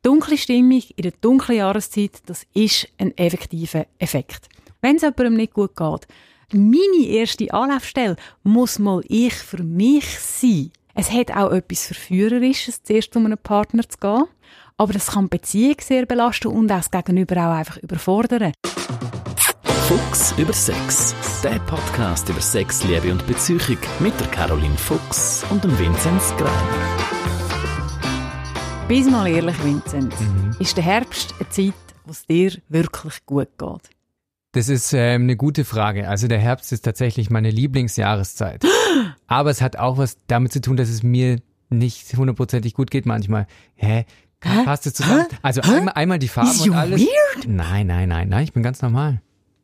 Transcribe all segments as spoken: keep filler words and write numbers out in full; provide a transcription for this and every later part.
dunkle Stimmung in der dunklen Jahreszeit, das ist ein effektiver Effekt. Wenn es jemandem nicht gut geht, meine erste Anlaufstelle muss mal ich für mich sein. Es hat auch etwas Verführerisches, zuerst um einen Partner zu gehen. Aber das kann die Beziehung sehr belasten und auch das Gegenüber auch einfach überfordern. Fuchs über Sex. Der Podcast über Sex, Liebe und Beziehung mit der Caroline Fuchs und dem Vinzenz Greiner. Bis mal ehrlich, Vinzenz, Mhm. ist der Herbst eine Zeit, wo es dir wirklich gut geht? Das ist ähm, eine gute Frage. Also der Herbst ist tatsächlich meine Lieblingsjahreszeit. Aber es hat auch was damit zu tun, dass es mir nicht hundertprozentig gut geht manchmal. Hä? Hä? Passt es zusammen? Hä? Also Hä? einmal, einmal die Farben Is und you alles. weird? Nein, nein, nein, nein, ich bin ganz normal.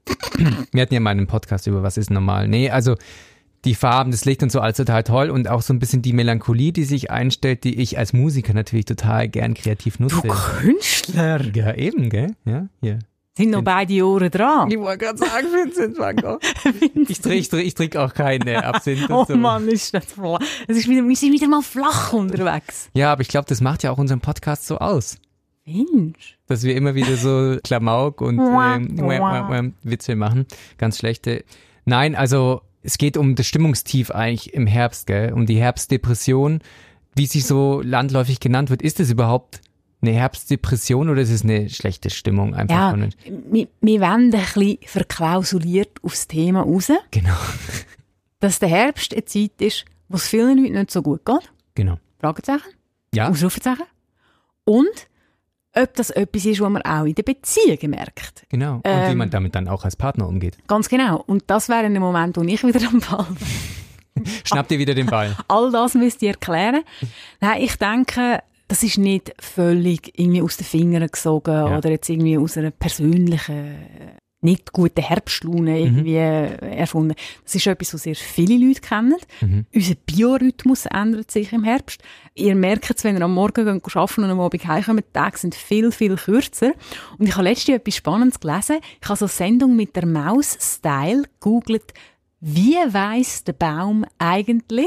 Wir hatten ja mal einen Podcast über was ist normal. Nee, also die Farben, das Licht und so, alles total toll und auch so ein bisschen die Melancholie, die sich einstellt, die ich als Musiker natürlich total gern kreativ nutze. Du Künstler! Ja, eben, gell? Ja, hier. Sind noch beide Ohren dran? Ich wollte gerade sagen, Vincent van Gogh. Ich trinke ich trink, ich trink auch keine Absinth und Oh so. Mann, ist das flach. Es ist wieder, wir sind wieder mal flach unterwegs. Ja, aber ich glaube, das macht ja auch unseren Podcast so aus. Mensch. Dass wir immer wieder so Klamauk und ähm, wah, wah, wah, Witze machen. Ganz schlechte. Nein, also es geht um das Stimmungstief eigentlich im Herbst, gell? Um die Herbstdepression, wie sie so landläufig genannt wird. Ist es überhaupt eine Herbstdepression oder ist es eine schlechte Stimmung einfach? Ja, von den- wir, wir wenden ein bisschen verklausuliert aufs Thema raus, Genau, dass der Herbst eine Zeit ist, wo es vielen Leuten nicht so gut geht. genau. Fragezeichen, Ja, Ausrufezeichen. Und ob das etwas ist, was man auch in den Beziehungen merkt. genau. Und Ähm, wie man damit dann auch als Partner umgeht. Ganz genau. Und das wäre ein Moment, wo ich wieder am Ball wäre. Schnapp dir wieder den Ball. All das müsst ihr erklären. Nein, ich denke, das ist nicht völlig irgendwie aus den Fingern gesogen Ja. oder jetzt irgendwie aus einer persönlichen, nicht guten Herbstlaune irgendwie äh, erfunden. Das ist etwas, was sehr viele Leute kennen. Mhm. Unser Biorhythmus ändert sich im Herbst. Ihr merkt es, wenn ihr am Morgen geht, arbeiten und am Abend heimkommt, die Tage sind viel, viel kürzer. Und ich habe letztens etwas Spannendes gelesen. Ich habe so eine Sendung mit der Maus Style gegoogelt. Wie weiss der Baum eigentlich,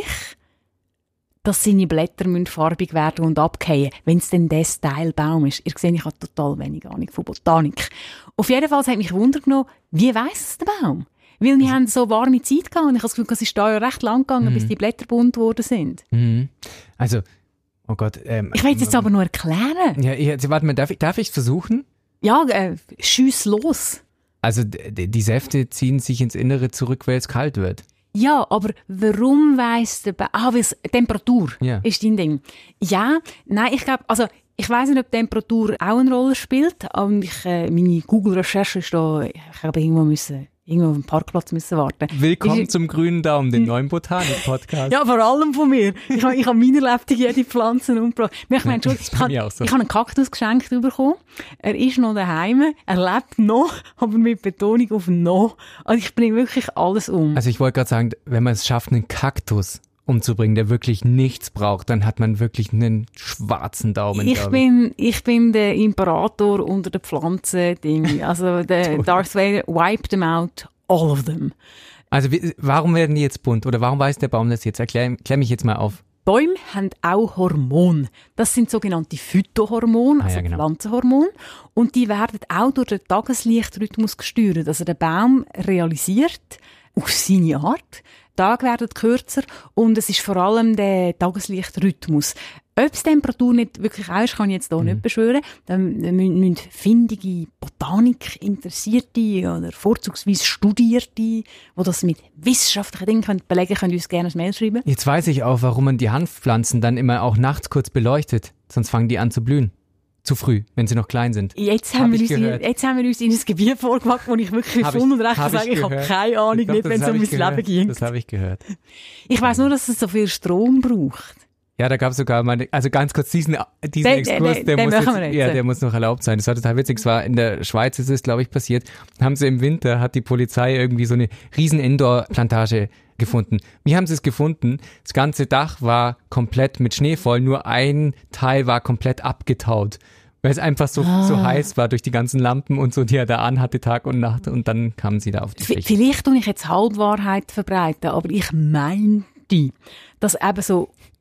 dass seine Blätter müssen farbig werden und abgehen, wenn es denn der Style-Baum ist? Ihr seht, ich habe total wenig Ahnung von Botanik. Auf jeden Fall hat mich Wunder genommen, wie weiss es der Baum? Weil wir haben so warme Zeit gehabt und ich habe das Gefühl, es ist da ja recht lang gegangen, bis die Blätter bunt geworden sind. Mhm. Also, oh Gott. Ähm, Ich will es jetzt aber nur erklären. Ja, ich, warte mal, darf ich, darf ich versuchen? Ja, äh, schiess los. Also d- d- die Säfte ziehen sich ins Innere zurück, weil es kalt wird. Ja, aber warum weiss der Baum? Ah, weil es Temperatur Ja. ist dein Ding. Ja, nein, ich glaube, also ich weiss nicht, ob Temperatur auch eine Rolle spielt, aber ich, äh, meine Google-Recherche ist da, ich habe irgendwo müssen, irgendwo auf dem Parkplatz müssen warten. Willkommen Ist- zum Grünen Daumen, dem neuen Botanik-Podcast. Ja, vor allem von mir. Ich habe ich hab meine Lebtung jede Pflanze umgebracht. Ich meine, das ich, ist bei habe mir auch so. ich habe einen Kaktus geschenkt bekommen. Er ist noch daheim. Er lebt noch, aber mit Betonung auf noch. Also ich bringe wirklich alles um. Also ich wollte gerade sagen, wenn man es schafft, einen Kaktus umzubringen, der wirklich nichts braucht, dann hat man wirklich einen schwarzen Daumen. Ich glaub bin, ich bin der Imperator unter den Pflanzen-Ding. Also der Darth Vader wiped them out, all of them. Also wie, warum werden die jetzt bunt? Oder warum weiß der Baum das jetzt? Erklär, erklär mich jetzt mal auf. Bäume haben auch Hormone. Das sind sogenannte Phytohormone, Ah, also ja, genau. Pflanzenhormone. Und die werden auch durch den Tageslichtrhythmus gesteuert. Also der Baum realisiert auf seine Art, die Tage werden kürzer und es ist vor allem der Tageslichtrhythmus. Ob es Temperatur nicht wirklich auch ist, kann ich jetzt hier Mhm. nicht beschwören. Dann müssen, müssen findige Botanik interessierte oder vorzugsweise Studierte, die das mit wissenschaftlichen Dingen können belegen können, uns gerne ein Mail schreiben. Jetzt weiß ich auch, warum man die Hanfpflanzen dann immer auch nachts kurz beleuchtet. Sonst fangen die an zu blühen. Zu früh, wenn sie noch klein sind. Jetzt Hab haben, wir ich uns in, gehört. jetzt haben wir uns in ein Gebiet vorgewagt, wo ich wirklich Hab voll und ich- recht hab kann ich sagen, ich habe gehört. keine Ahnung, Doch, nicht, das wenn es hab um mein ich gehört. Leben ging. Das habe ich gehört. Ich weiss nur, dass es so viel Strom braucht. Ja, da gab es sogar mal, also ganz kurz diesen, diesen Den- Exkurs, den- der, den muss machen jetzt, wir jetzt. ja, der muss noch erlaubt sein. Das war total witzig. Es war in der Schweiz, ist es, glaube ich, passiert. Haben sie im Winter, hat die Polizei irgendwie so eine riesen Indoor-Plantage gefunden. Wie haben sie es gefunden? Das ganze Dach war komplett mit Schnee voll, nur ein Teil war komplett abgetaut. Weil es einfach so, Ah. so heiß war durch die ganzen Lampen und so, die er da anhatte, Tag und Nacht. Und dann kamen sie da auf die V- Fläche. Vielleicht tue ich jetzt Halbwahrheit verbreiten, aber ich meinte, dass eben so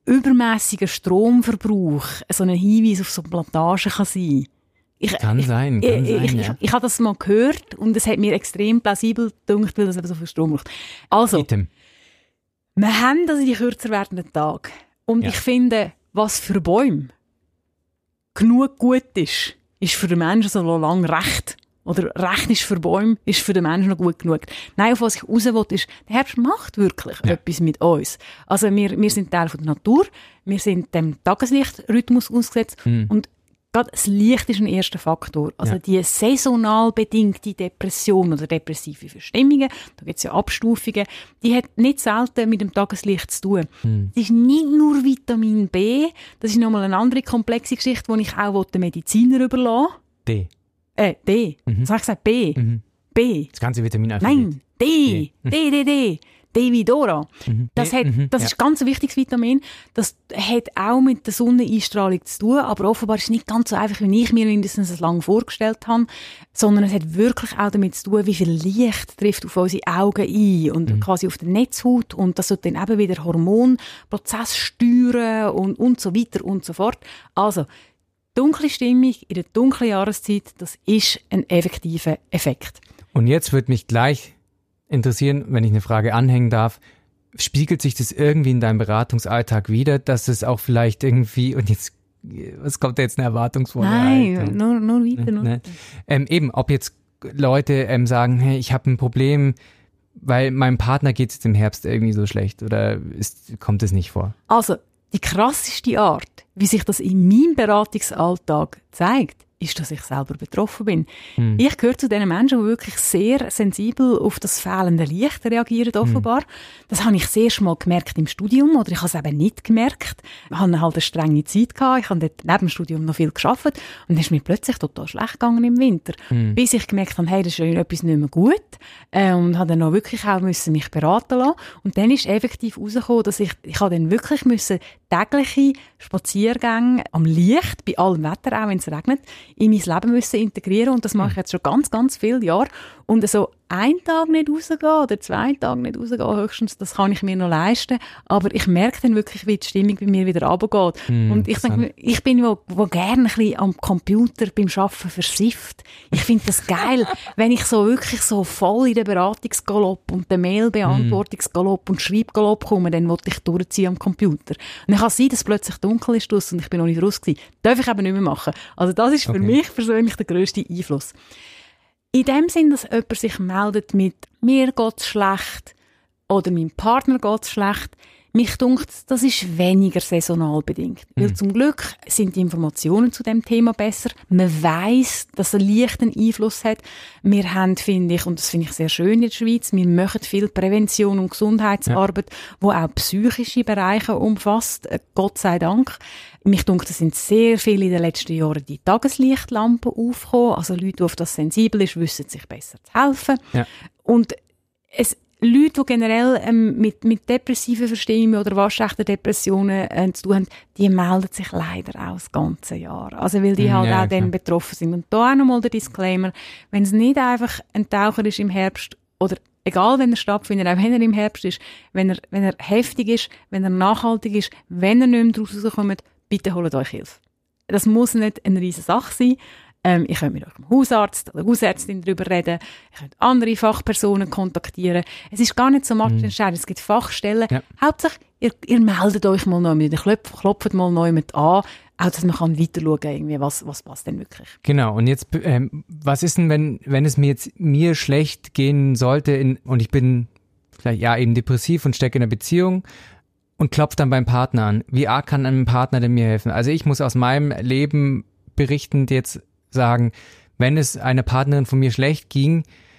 übermäßiger Stromverbrauch so ein Hinweis auf so eine Plantage kann sein. Ich, kann ich, sein, kann ich, sein, ich, ja. Ich, ich habe das mal gehört und es hat mir extrem plausibel gedacht, weil das eben so viel Strom braucht. Also, Item. wir haben also die kürzer werdenden Tage. Und Ja. ich finde, was für Bäume genug gut ist, ist für den Menschen so lange recht. Oder recht ist für Bäume, ist für den Menschen noch gut genug. Nein, auf was ich raus will, ist, der Herbst macht wirklich Ja. etwas mit uns. Also wir, wir sind Teil von der Natur, wir sind dem Tageslichtrhythmus ausgesetzt Mhm. und gerade das Licht ist ein erster Faktor. Also Ja. die saisonal bedingte Depression oder depressive Verstimmungen, da gibt es ja Abstufungen, die hat nicht selten mit dem Tageslicht zu tun. Mhm. Das ist nicht nur Vitamin B, das ist nochmal eine andere komplexe Geschichte, die ich auch den Mediziner überlassen D. Äh, D. Mhm. Was habe ich gesagt? B. Mhm. B. Das ganze Vitamin Nein, D. D, D, D. D wie Dora. Mhm. Das, D, hat, mhm, das ja. ist ganz ein wichtiges Vitamin. Das hat auch mit der Sonneneinstrahlung zu tun, aber offenbar ist es nicht ganz so einfach, wie ich mir mindestens es lange vorgestellt habe, sondern es hat wirklich auch damit zu tun, wie viel Licht trifft auf unsere Augen ein und Mhm. quasi auf die Netzhaut und das sollte dann eben wieder Hormonprozess steuern und, und so weiter und so fort. Also, dunkle Stimmung in der dunklen Jahreszeit, das ist ein effektiver Effekt. Und jetzt würde mich gleich interessieren, wenn ich eine Frage anhängen darf, spiegelt sich das irgendwie in deinem Beratungsalltag wieder, dass es auch vielleicht irgendwie, und jetzt, was kommt da jetzt eine erwartungsvolle Nein, Haltung? nur, nur weiter. Nur Ne? weiter. Ähm, eben, ob jetzt Leute ähm, sagen, hey, ich habe ein Problem, weil meinem Partner geht es im Herbst irgendwie so schlecht, oder ist, kommt es nicht vor? Also, die krasseste Art, wie sich das in meinem Beratungsalltag zeigt, ist, dass ich selber betroffen bin. Hm. Ich gehöre zu den Menschen, die wirklich sehr sensibel auf das fehlende Licht reagieren, offenbar. Hm. Das habe ich sehr schon mal gemerkt im Studium, oder ich habe es eben nicht gemerkt. Ich hatte halt eine strenge Zeit gehabt. Ich habe dort neben dem Studium noch viel gearbeitet und dann ist mir plötzlich total schlecht gegangen im Winter. Hm. Bis ich gemerkt habe, hey, das ist etwas nicht mehr gut. Äh, und habe dann auch wirklich auch müssen mich beraten lassen. Und dann ist effektiv herausgekommen, dass ich, ich habe dann wirklich müssen tägliche Spaziergänge am Licht, bei allem Wetter, auch wenn es regnet, in mein Leben müssen integrieren. Und das mache ich jetzt schon ganz, ganz viele Jahre. Und so einen Tag nicht rausgehen oder zwei Tage nicht rausgehen, höchstens, das kann ich mir noch leisten. Aber ich merke dann wirklich, wie die Stimmung bei mir wieder runtergeht. Hm, und ich denke, mir, ich bin, wo, wo gerne ein bisschen am Computer beim Arbeiten versifft. Ich finde das geil, wenn ich so wirklich so voll in den Beratungsgalopp und den Mail-Beantwortungsgalopp und Schreibgalopp komme, dann will ich durchziehen am Computer. Und dann kann es sein, dass es plötzlich dunkel ist draussen und ich bin noch nicht raus gewesen. Darf ich eben nicht mehr machen. Also das ist für Okay. mich persönlich der grösste Einfluss. In dem Sinn, dass jemand sich meldet mit «mir geht's schlecht» oder «meinem Partner geht's schlecht», mich dunkt, das ist weniger saisonal bedingt. Mhm. Weil zum Glück sind die Informationen zu dem Thema besser. Man weiss, dass ein Licht einen Einfluss hat. Wir haben, finde ich, und das finde ich sehr schön in der Schweiz, wir machen viel Prävention und Gesundheitsarbeit, ja, wo auch psychische Bereiche umfasst. Gott sei Dank. Mich dunkt, es sind sehr viele in den letzten Jahren die Tageslichtlampen aufgekommen. Also Leute, die auf das sensibel sind, wissen sich besser zu helfen. Ja. Und es Leute, die generell ähm, mit, mit depressiven Verstimmungen oder waschechten Depressionen äh, zu tun haben, die melden sich leider auch das ganze Jahr. Also weil die halt ja, auch dann betroffen sind. Und da auch nochmal der Disclaimer, wenn es nicht einfach ein Taucher ist im Herbst oder egal, wenn er stattfindet, auch wenn er im Herbst ist, wenn er, wenn er heftig ist, wenn er nachhaltig ist, wenn er nicht mehr daraus rauskommt, bitte holt euch Hilfe. Das muss nicht eine riesige Sache sein. Ähm, ihr könnt mit eurem Hausarzt oder Hausärztin darüber reden. Ihr könnt andere Fachpersonen kontaktieren. Es ist gar nicht so matchentscheidend. Mhm. Es gibt Fachstellen. Ja. Hauptsache, ihr, ihr meldet euch mal neu mit. Ihr klopft, klopft mal neu mit an. Auch, dass man kann weiter schauen, irgendwie, was, was passt denn wirklich. Genau. Und jetzt, ähm, was ist denn, wenn, wenn es mir jetzt mir schlecht gehen sollte in, und ich bin vielleicht, ja, eben depressiv und stecke in einer Beziehung und klopft dann beim Partner an? Wie arg kann einem Partner denn mir helfen? Also ich muss aus meinem Leben berichtend jetzt sagen, wenn es einer Partnerin von mir schlecht ging,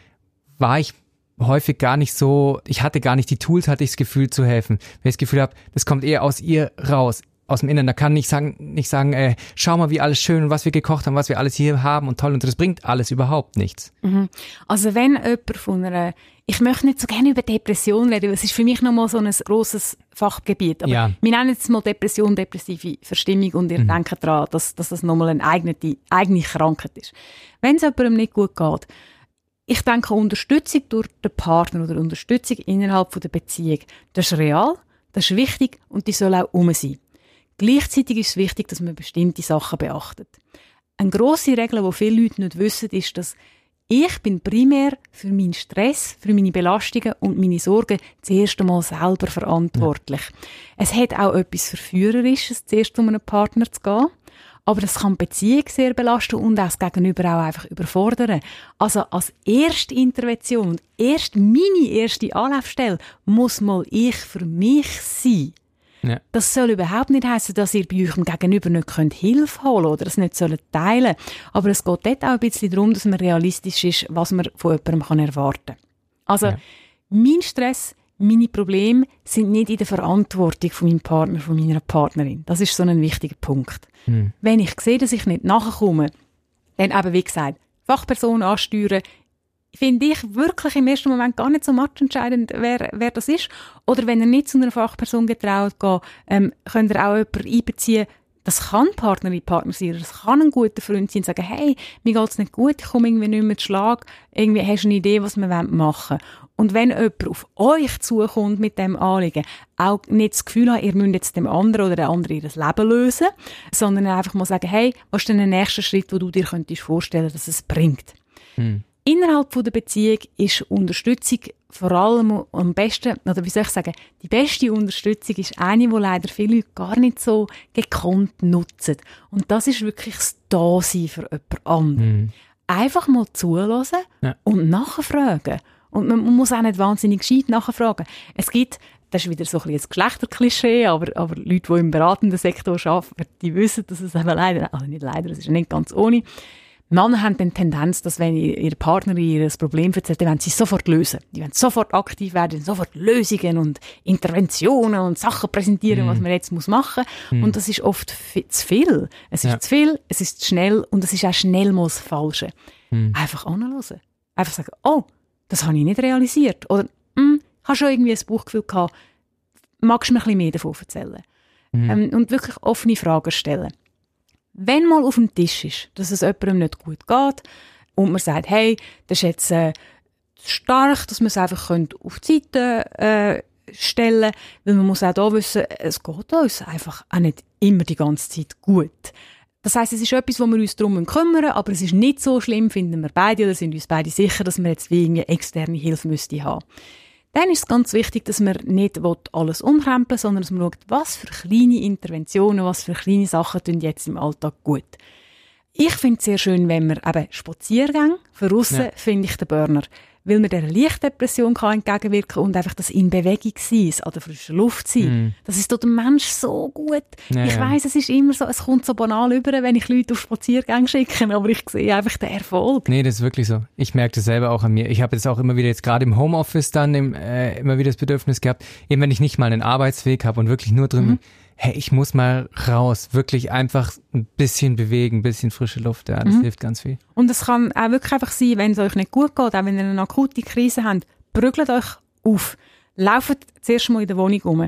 war ich häufig gar nicht so, ich hatte gar nicht die Tools, hatte ich das Gefühl zu helfen. Wenn ich das Gefühl habe, das kommt eher aus ihr raus, aus dem Inneren. Da kann ich sagen, nicht sagen, äh, schau mal, wie alles schön und was wir gekocht haben, was wir alles hier haben und toll, und das bringt alles überhaupt nichts. Mhm. Also wenn jemand von einer, ich möchte nicht so gerne über Depression reden, weil es ist für mich nochmal so ein grosses Fachgebiet. Aber ja. Wir nennen es mal Depression, depressive Verstimmung, und ihr mhm. denkt daran, dass, dass das nochmal eine eigene, eigene Krankheit ist. Wenn es jemandem nicht gut geht, ich denke, Unterstützung durch den Partner oder Unterstützung innerhalb von der Beziehung, das ist real, Das ist wichtig und die soll auch rum sein. Gleichzeitig ist es wichtig, dass man bestimmte Sachen beachtet. Eine grosse Regel, die viele Leute nicht wissen, ist, dass ich bin primär für meinen Stress, für meine Belastungen und meine Sorgen zuerst einmal selber verantwortlich. Ja. Es hat auch etwas Verführerisches, zuerst um einen Partner zu gehen. Aber das kann die Beziehung sehr belasten und auch das Gegenüber auch einfach überfordern. Also als erste Intervention, erst meine erste Anlaufstelle, muss mal ich für mich sein. Ja. Das soll überhaupt nicht heissen, dass ihr bei euch Gegenüber nicht könnt Hilfe holen oder es nicht sollen teilen. Aber es geht dort auch ein bisschen darum, dass man realistisch ist, was man von jemandem erwarten kann. Also, ja. mein Stress, meine Probleme sind nicht in der Verantwortung von meinem Partner, von meiner Partnerin. Das ist so ein wichtiger Punkt. Hm. Wenn ich sehe, dass ich nicht nachkomme, dann eben, wie gesagt, Fachperson ansteuern, finde ich wirklich im ersten Moment gar nicht so matchentscheidend, wer, wer das ist. Oder wenn er nicht zu einer Fachperson getraut geht, ähm, könnt ihr auch jemanden einbeziehen. Das kann Partnerin, Partner sein, das kann ein guter Freund sein und sagen, hey, mir geht's nicht gut, ich komme irgendwie nicht mehr zu Schlag, irgendwie hast du eine Idee, was wir machen wollen. Und wenn jemand auf euch zukommt mit dem Anliegen, auch nicht das Gefühl haben, ihr müsst jetzt dem anderen oder der anderen ihr Leben lösen, sondern einfach mal sagen, hey, was ist denn der nächste Schritt, den du dir könntest vorstellen, dass es bringt? Hm. Innerhalb von der Beziehung ist Unterstützung vor allem am besten, oder wie soll ich sagen, die beste Unterstützung ist eine, die leider viele Leute gar nicht so gekonnt nutzen. Und das ist wirklich das Dasein für jemand anderen. Mhm. Einfach mal zuhören ja. und nachfragen. Und man muss auch nicht wahnsinnig gescheit nachfragen. Es gibt, das ist wieder so ein bisschen ein Geschlechterklischee, aber, aber Leute, die im beratenden Sektor arbeiten, die wissen, dass es eben leider, also nicht leider, es ist nicht ganz ohne, Männer haben die Tendenz, dass wenn ihr Partner ihr Problem erzählt, dann wollen sie sofort lösen. Die wollen sofort aktiv werden, sofort Lösungen und Interventionen und Sachen präsentieren, mm. was man jetzt machen muss. Mm. Und das ist oft f- zu viel. Es ist ja. zu viel, es ist zu schnell und es ist auch schnell mal das Falsche. Mm. Einfach anhören. Einfach sagen, oh, das habe ich nicht realisiert. Oder, hm, ich habe schon irgendwie ein Bauchgefühl gehabt. Magst du mir ein bisschen mehr davon erzählen? Mm. Ähm, und wirklich offene Fragen stellen. Wenn mal auf dem Tisch ist, dass es jemandem nicht gut geht und man sagt, hey, das ist jetzt äh, stark, dass man es einfach auf die Seite äh, stellen kann, weil man muss auch da wissen, es geht uns einfach auch nicht immer die ganze Zeit gut. Das heisst, es ist etwas, wo wir uns darum kümmern, aber es ist nicht so schlimm, finden wir beide, oder sind uns beide sicher, dass wir jetzt wegen externe Hilfe müsste haben. Dann ist es ganz wichtig, dass man nicht alles umkrempeln, sondern dass man schaut, was für kleine Interventionen, was für kleine Sachen tun jetzt im Alltag gut. Ich finde es sehr schön, wenn man eben Spaziergänge, von aussen ja. finde ich den Burner, weil man dieser Leichtdepression kann entgegenwirken und einfach das in Bewegung sein, an der frischen Luft sein. Mm. Das ist dem Mensch so gut. Ja, ich weiss, es ist immer so, es kommt so banal über, wenn ich Leute auf Spaziergänge schicke, aber ich sehe einfach den Erfolg. Nee, das ist wirklich so. Ich merke das selber auch an mir. Ich habe jetzt auch immer wieder, jetzt gerade im Homeoffice dann im, äh, immer wieder das Bedürfnis gehabt, eben wenn ich nicht mal einen Arbeitsweg habe und wirklich nur drin mhm. hey, ich muss mal raus, wirklich einfach ein bisschen bewegen, ein bisschen frische Luft, ja, das mhm. hilft ganz viel. Und es kann auch wirklich einfach sein, wenn es euch nicht gut geht, auch wenn ihr eine akute Krise habt, prügelt euch auf, lauft zuerst mal in der Wohnung rum.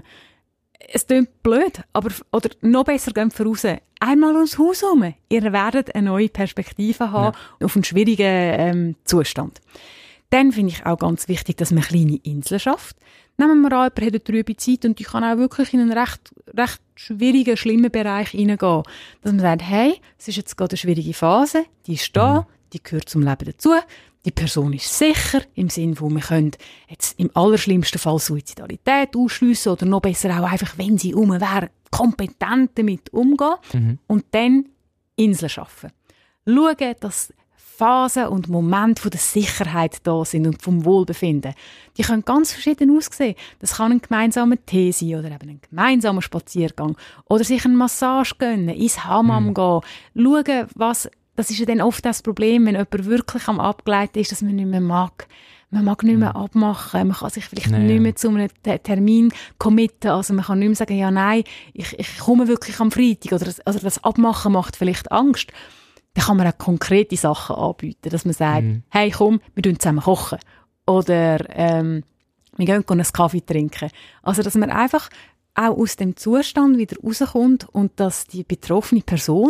Es klingt blöd, aber, oder noch besser, geht voraus, einmal ums Haus herum. Ihr werdet eine neue Perspektive haben ja. auf einen schwierigen ähm, Zustand. Dann finde ich auch ganz wichtig, dass man kleine Inseln schafft. Nehmen wir an, jemand hat eine trübe Zeit und die kann auch wirklich in einen recht, recht schwierigen, schlimmen Bereich hineingehen. Dass man sagt, hey, es ist jetzt gerade eine schwierige Phase, die ist da, mhm. die gehört zum Leben dazu, die Person ist sicher, im Sinne von, wir können jetzt im allerschlimmsten Fall Suizidalität ausschliessen oder noch besser auch einfach, wenn sie um wäre, kompetent damit umgehen mhm. und dann Inseln schaffen. Schauen, dass Phasen und Momente von der Sicherheit da sind und vom Wohlbefinden. Die können ganz verschieden aussehen. Das kann ein gemeinsamer Tee sein oder eben ein gemeinsamer Spaziergang oder sich eine Massage gönnen, ins Hammam mhm. gehen, schauen, was, das ist ja dann oft das Problem, wenn jemand wirklich am Abgleiten ist, dass man nicht mehr mag. Man mag nicht mehr abmachen, man kann sich vielleicht nee, nicht mehr zu einem Termin committen, also man kann nicht mehr sagen, ja nein, ich, ich komme wirklich am Freitag oder das, also das Abmachen macht vielleicht Angst. Dann kann man auch konkrete Sachen anbieten, dass man sagt, mhm. hey komm, wir tun zusammen kochen oder ähm, wir gehen einen Kaffee trinken. Also dass man einfach auch aus dem Zustand wieder rauskommt und dass die betroffene Person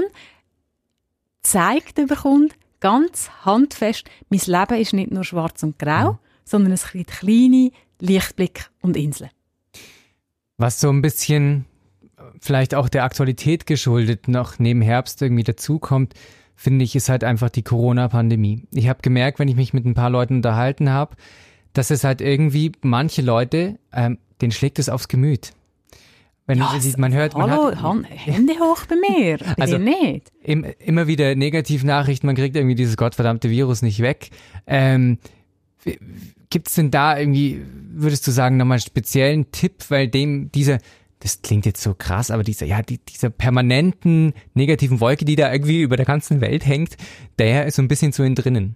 zeigt bekommt, ganz handfest, mein Leben ist nicht nur schwarz und grau, mhm. sondern es gibt kleine Lichtblicke und Inseln. Was so ein bisschen vielleicht auch der Aktualität geschuldet noch neben Herbst irgendwie dazukommt, finde ich, ist halt einfach die Corona-Pandemie. Ich habe gemerkt, wenn ich mich mit ein paar Leuten unterhalten habe, dass es halt irgendwie manche Leute, ähm, denen schlägt es aufs Gemüt. Wenn ja, man, man hört, man hallo, hat, Han, Hände hoch bei mir, bei also, dir nicht. Im, immer wieder Negativnachrichten, man kriegt irgendwie dieses gottverdammte Virus nicht weg. Ähm, Gibt es denn da irgendwie, würdest du sagen, nochmal einen speziellen Tipp, weil dem diese, das klingt jetzt so krass, aber dieser, ja, die, dieser permanenten negativen Wolke, die da irgendwie über der ganzen Welt hängt, der ist so ein bisschen zu innen drinnen.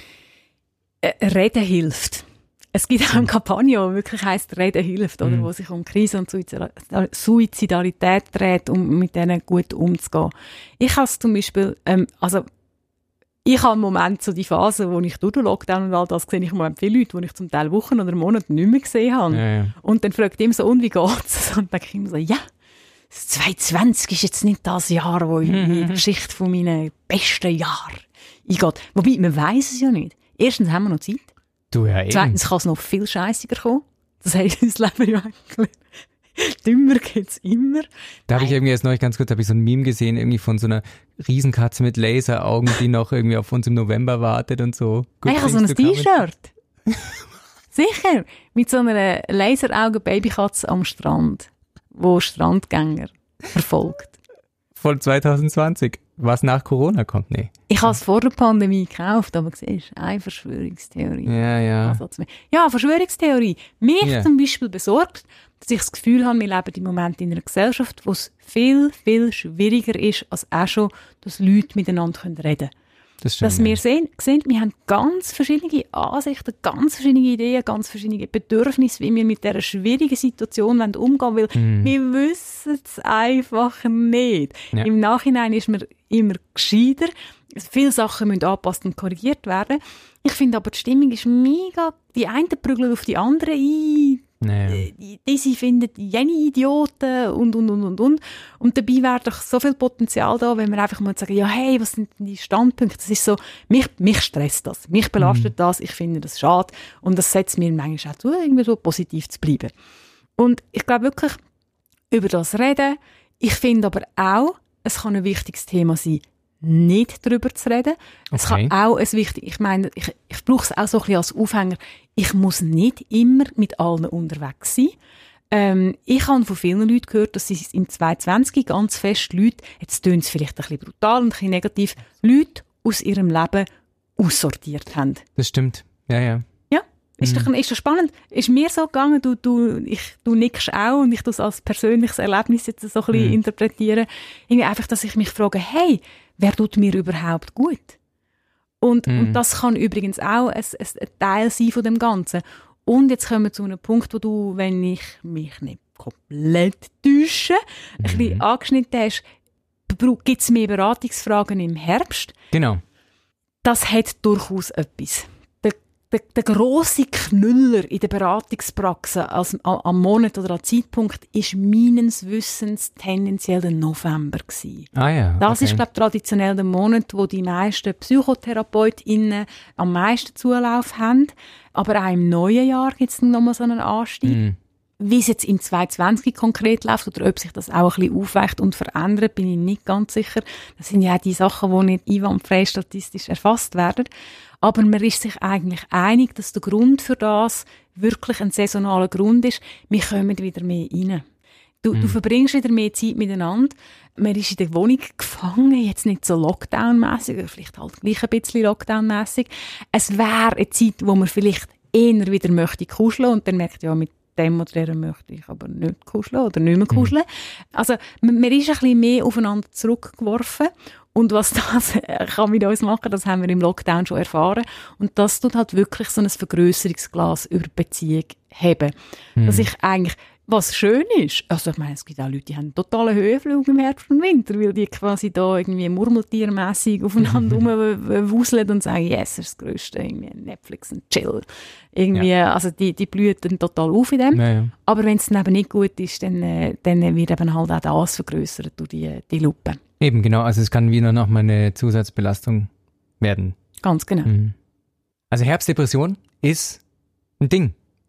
Äh, Reden hilft. Es gibt auch eine Kampagne, die wirklich heisst «Reden hilft», oder, Mhm. wo sich um Krise und Suizidalität dreht, um mit denen gut umzugehen. Ich habe es zum Beispiel, ähm, also ich habe im Moment so die Phase, wo ich durch den Lockdown und all das sehe, ich im Moment viele Leute, die ich zum Teil Wochen oder Monate nicht mehr gesehen habe. Ja, ja. Und dann fragt immer so, und wie geht's? Und dann denke ich immer so, ja, das zwanzig zwanzig ist jetzt nicht das Jahr, wo ich in die Geschichte von meinen besten Jahren eingeht. Wobei, man weiss es ja nicht. Erstens haben wir noch Zeit. Du ja eben. Zweitens kann es noch viel scheissiger kommen. Das heisst, das Leben ja eigentlich dümmer geht's immer. Da habe ich irgendwie erst neulich ganz kurz, habe ich so ein Meme gesehen, irgendwie von so einer Riesenkatze mit Laseraugen, die noch irgendwie auf uns im November wartet und so. Good Hey, ich habe so things ein to come. T-Shirt. Sicher. Mit so einer Laseraugen-Babykatze am Strand, wo Strandgänger verfolgt. Von zwanzig zwanzig, was nach Corona kommt, nee. Ich habe es vor der Pandemie gekauft, aber siehst du, eine Verschwörungstheorie. Ja, ja. Ansatz mehr. Ja, Verschwörungstheorie. Mich Ja. zum Beispiel besorgt, dass ich das Gefühl habe, wir leben im Moment in einer Gesellschaft, wo es viel, viel schwieriger ist, als auch schon, dass Leute miteinander reden können. Das stimmt. Dass ja. wir sehen, sehen, wir haben ganz verschiedene Ansichten, ganz verschiedene Ideen, ganz verschiedene Bedürfnisse, wie wir mit dieser schwierigen Situation umgehen wollen, weil Mhm. wir wissen es einfach nicht. Ja. Im Nachhinein ist man immer gescheiter. Viele Sachen müssen angepasst und korrigiert werden. Ich finde aber, die Stimmung ist mega, die einen prügeln auf die anderen ein, Naja. die- diese finden jene Idioten und, und, und, und, und. Und dabei wäre doch so viel Potenzial da, wenn wir einfach mal sagen, ja, hey, was sind denn die Standpunkte? Das ist so, mich, mich stresst das, mich belastet Mhm. das, ich finde das schade. Und das setzt mir manchmal auch zu, irgendwie so positiv zu bleiben. Und ich glaube wirklich, über das reden. Ich finde aber auch, es kann ein wichtiges Thema sein, nicht darüber zu reden. Es Okay. kann auch ein wichtig, ich meine, ich, ich brauche es auch so ein bisschen als Aufhänger. Ich muss nicht immer mit allen unterwegs sein. Ähm, ich habe von vielen Leuten gehört, dass sie im zwanzig zwanzig ganz fest Leute, jetzt tönt es vielleicht ein bisschen brutal und ein bisschen negativ, Leute aus ihrem Leben aussortiert haben. Das stimmt. Ja, ja. Ja, ist, doch, ist doch spannend. Ist mir so gegangen, du, du, ich, du nickst auch und ich tue es als persönliches Erlebnis jetzt so ein bisschen Mhm. interpretieren. Irgendwie einfach, dass ich mich frage, hey, wer tut mir überhaupt gut? Und, Mhm. und das kann übrigens auch ein, ein, ein Teil sein von dem Ganzen. Und jetzt kommen wir zu einem Punkt, wo du, wenn ich mich nicht komplett täusche, ein bisschen angeschnitten hast, gibt es mehr Beratungsfragen im Herbst. Genau. Das hat durchaus etwas. Der, der, der grosse Knüller in der Beratungspraxis als, a, am Monat oder am Zeitpunkt ist meines Wissens tendenziell der November gewesen. Ah ja. Das okay. ist, glaube ich, traditionell der Monat, wo die meisten PsychotherapeutInnen am meisten Zulauf haben. Aber auch im neuen Jahr gibt es nochmal so einen Anstieg. Mhm. Wie es jetzt im zwanzig zwanzig konkret läuft oder ob sich das auch ein bisschen aufweicht und verändert, bin ich nicht ganz sicher. Das sind ja auch die Sachen, die nicht einwandfrei statistisch erfasst werden. Aber man ist sich eigentlich einig, dass der Grund für das wirklich ein saisonaler Grund ist. Wir kommen wieder mehr rein. Du, Mhm. du verbringst wieder mehr Zeit miteinander. Man ist in der Wohnung gefangen, jetzt nicht so Lockdown-mässig, oder vielleicht halt gleich ein bisschen Lockdown-mässig. Es wäre eine Zeit, wo man vielleicht eher wieder möchte kuscheln und dann merkt ja, mit dem oder der möchte ich aber nicht kuscheln oder nicht mehr kuscheln. Also man, man ist ein bisschen mehr aufeinander zurückgeworfen und was das kann mit uns machen, das haben wir im Lockdown schon erfahren und das tut halt wirklich so ein Vergrößerungsglas über die Beziehung haben. Dass ich eigentlich, was schön ist, also ich meine, es gibt auch Leute, die haben einen totalen Höhenflug im Herbst und Winter, weil die quasi da irgendwie murmeltiermässig aufeinander rumwuseln und sagen, yes, das ist das Größte, irgendwie Netflix und Chill. Irgendwie, Ja. also die, die blühen dann total auf in dem. Ja, ja. Aber wenn es dann eben nicht gut ist, dann, äh, dann wird eben halt auch das vergrößert durch die, die Lupe. Eben, genau. Also es kann wieder noch mal eine Zusatzbelastung werden. Ganz genau. Mhm. Also Herbstdepression ist ein Ding.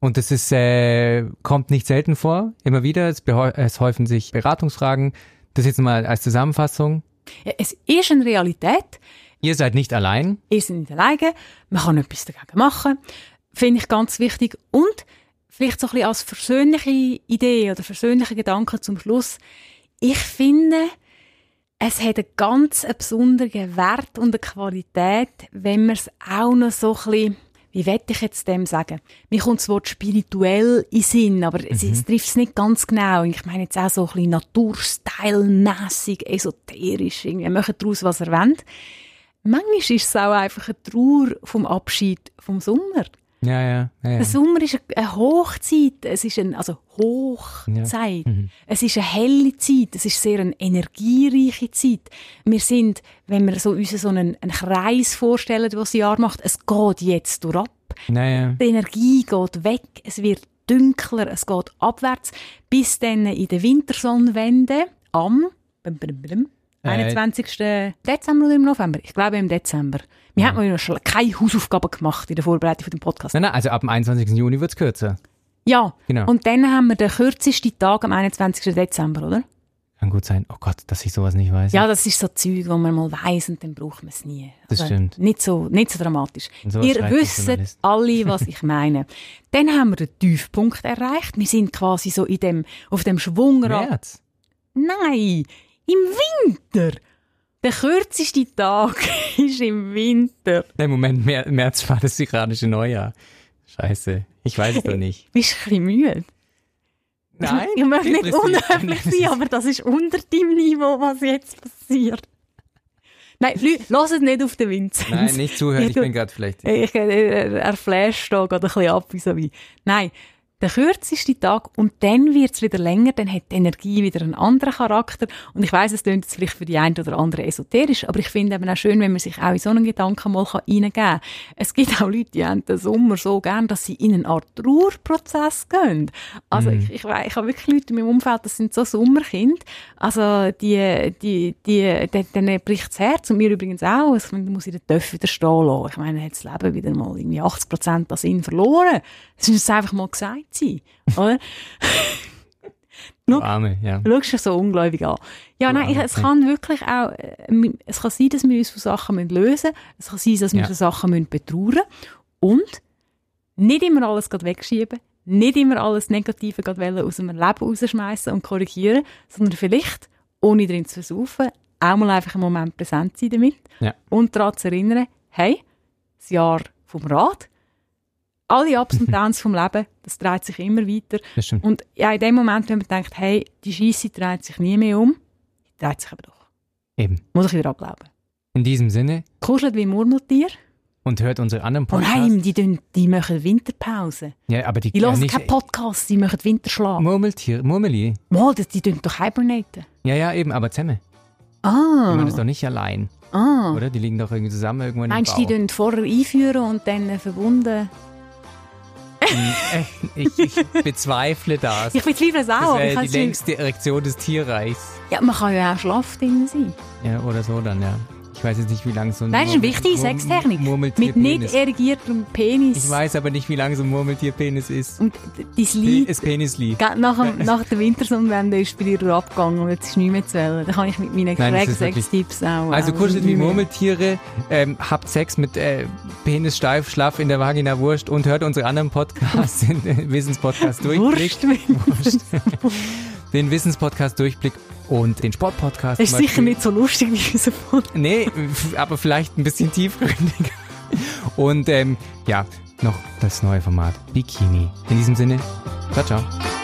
Und das ist, äh, kommt nicht selten vor, immer wieder. Es, es häufen sich Beratungsfragen. Das jetzt mal als Zusammenfassung. Ja, es ist eine Realität. Ihr seid nicht allein. Ihr seid nicht alleine. Man kann etwas dagegen machen. Finde ich ganz wichtig. Und vielleicht so ein bisschen als persönliche Idee oder persönliche Gedanken zum Schluss. Ich finde, es hat einen ganz besonderen Wert und eine Qualität, wenn man es auch noch so ein bisschen, wie will ich jetzt dem sagen? Mir kommt das Wort spirituell in den Sinn, aber mhm. es, es trifft es nicht ganz genau. Ich meine jetzt auch so ein bisschen naturstyle-mässig, esoterisch. Irgendwie macht daraus, was er wollt. Manchmal ist es auch einfach eine Trauer vom Abschied vom Sommer. Ja, ja, ja, ja. Der Sommer ist eine Hochzeit, es ist eine, also Hochzeit, ja. mhm. es ist eine helle Zeit, es ist sehr eine energiereiche Zeit. Wir sind, wenn wir so uns so einen, einen Kreis vorstellen, was das Jahr macht, es geht jetzt durchab. Ja, ja. Die Energie geht weg, es wird dunkler, es geht abwärts, bis dann in der Wintersonnenwende am einundzwanzigsten Dezember oder im November? Ich glaube im Dezember. Wir ja. haben noch schon keine Hausaufgaben gemacht in der Vorbereitung für den Podcast. Nein, nein, also ab dem einundzwanzigsten Juni wird es kürzer. Ja, genau. Und dann haben wir den kürzesten Tag am einundzwanzigsten Dezember, oder? Kann gut sein. Oh Gott, dass ich sowas nicht weiß. Ja, das ist so Zeug, wo man mal weiss und dann braucht man es nie. Das also stimmt. Nicht so, nicht so dramatisch. Ihr wisst alle, was ich meine. Dann haben wir den Tiefpunkt erreicht. Wir sind quasi so in dem, auf dem Schwungrad. März? Nein, im Winter. Der kürzeste Tag ist im Winter. Nein, Moment, März war das iranische Neujahr. Scheiße, ich weiß es doch nicht. Bist du ein bisschen müde? Nein. Ich möchte nicht unhöflich sein, aber das ist unter deinem Niveau, was jetzt passiert. Nein, Leute, lasst es nicht auf den Vinzenz. Nein, nicht zuhören, ich, ich bin gerade vielleicht... Ich, er, er flasht da gerade ein bisschen ab, wie so wie. Nein, der kürzeste Tag und dann wird es wieder länger, dann hat die Energie wieder einen anderen Charakter. Und ich weiss, es klingt jetzt vielleicht für die einen oder anderen esoterisch, aber ich finde eben auch schön, wenn man sich auch in so einen Gedanken mal reingeben kann. Es gibt auch Leute, die haben den Sommer so gern, dass sie in eine Art Trauerprozess gehen. Also mm. ich, ich, weiss, ich habe wirklich Leute in meinem Umfeld, das sind so Sommerkinder. Also die, die, die, die denen bricht das Herz und mir übrigens auch. Also, da muss ich den Töpf wieder stehen lassen. Ich meine, hat das Leben wieder mal irgendwie achtzig Prozent an Sinn verloren. Das muss einfach mal gesagt sein, oder? Du Arme, ja. Du schaust dich so ungläubig an. Ja, du nein, ich, es kann wirklich auch, es kann sein, dass wir uns von Sachen lösen müssen. Es kann sein, dass wir ja. von Sachen betrauern müssen. Und nicht immer alles wegschieben, nicht immer alles Negative aus dem Leben rausschmeißen und korrigieren, sondern vielleicht, ohne drin zu versaufen, auch mal einfach einen Moment präsent sein damit ja. und daran zu erinnern, hey, das Jahr vom Rad, alle Ups und Downs vom Leben, das dreht sich immer weiter. Und ja, in dem Moment, wenn man denkt, hey, die Scheisse dreht sich nie mehr um, die dreht sich aber doch. Eben. Muss ich wieder abglauben. In diesem Sinne. Kuschelt wie Murmeltier. Und hört unsere anderen Podcasts. Oh nein, die, die, die machen Winterpause. Ja, aber die Die hören keinen Podcast, die machen Winterschlaf. Murmeltier, Murmeli. Mal, die, die tun doch hibernaten. Ja, ja, eben, aber zusammen. Ah. Die machen das doch nicht allein. Ah. Oder? Die liegen doch irgendwie zusammen irgendwann Meinst du, die tun vorher einführen und dann äh, verbunden? ich, ich bezweifle das. Ich bezweifle es auch. Das wäre die längste Erektion des Tierreichs. Ja, man kann ja auch Schlaf drin sein. Ja, oder so dann, ja. Ich weiß jetzt nicht, wie lange so ein Nein, das ist eine wichtige Sextechnik. Mit nicht erigiertem Penis. Ich weiß aber nicht, wie lange so ein Murmeltierpenis ist. Und dein Lied... Das Penislied. Nach, nach der Wintersonnenwende ist bei dir abgegangen und jetzt ist nichts mehr zu wählen. Da kann ich mit meinen Crack-Sex-Tipps auch... Also kuschelt wie Murmeltiere, ähm, habt Sex mit äh, Penis steif, schlaff in der Vagina, Wurscht und hört unsere anderen Podcasts, den Wissenspodcast Durchblick. Wurscht. Den Wissenspodcast Durchblick und den Sportpodcast. Das ist sicher nicht so lustig wie unser Podcast. Nee, aber vielleicht ein bisschen tiefgründiger. Und ähm, ja, noch das neue Format Bikini. In diesem Sinne, ciao, ciao.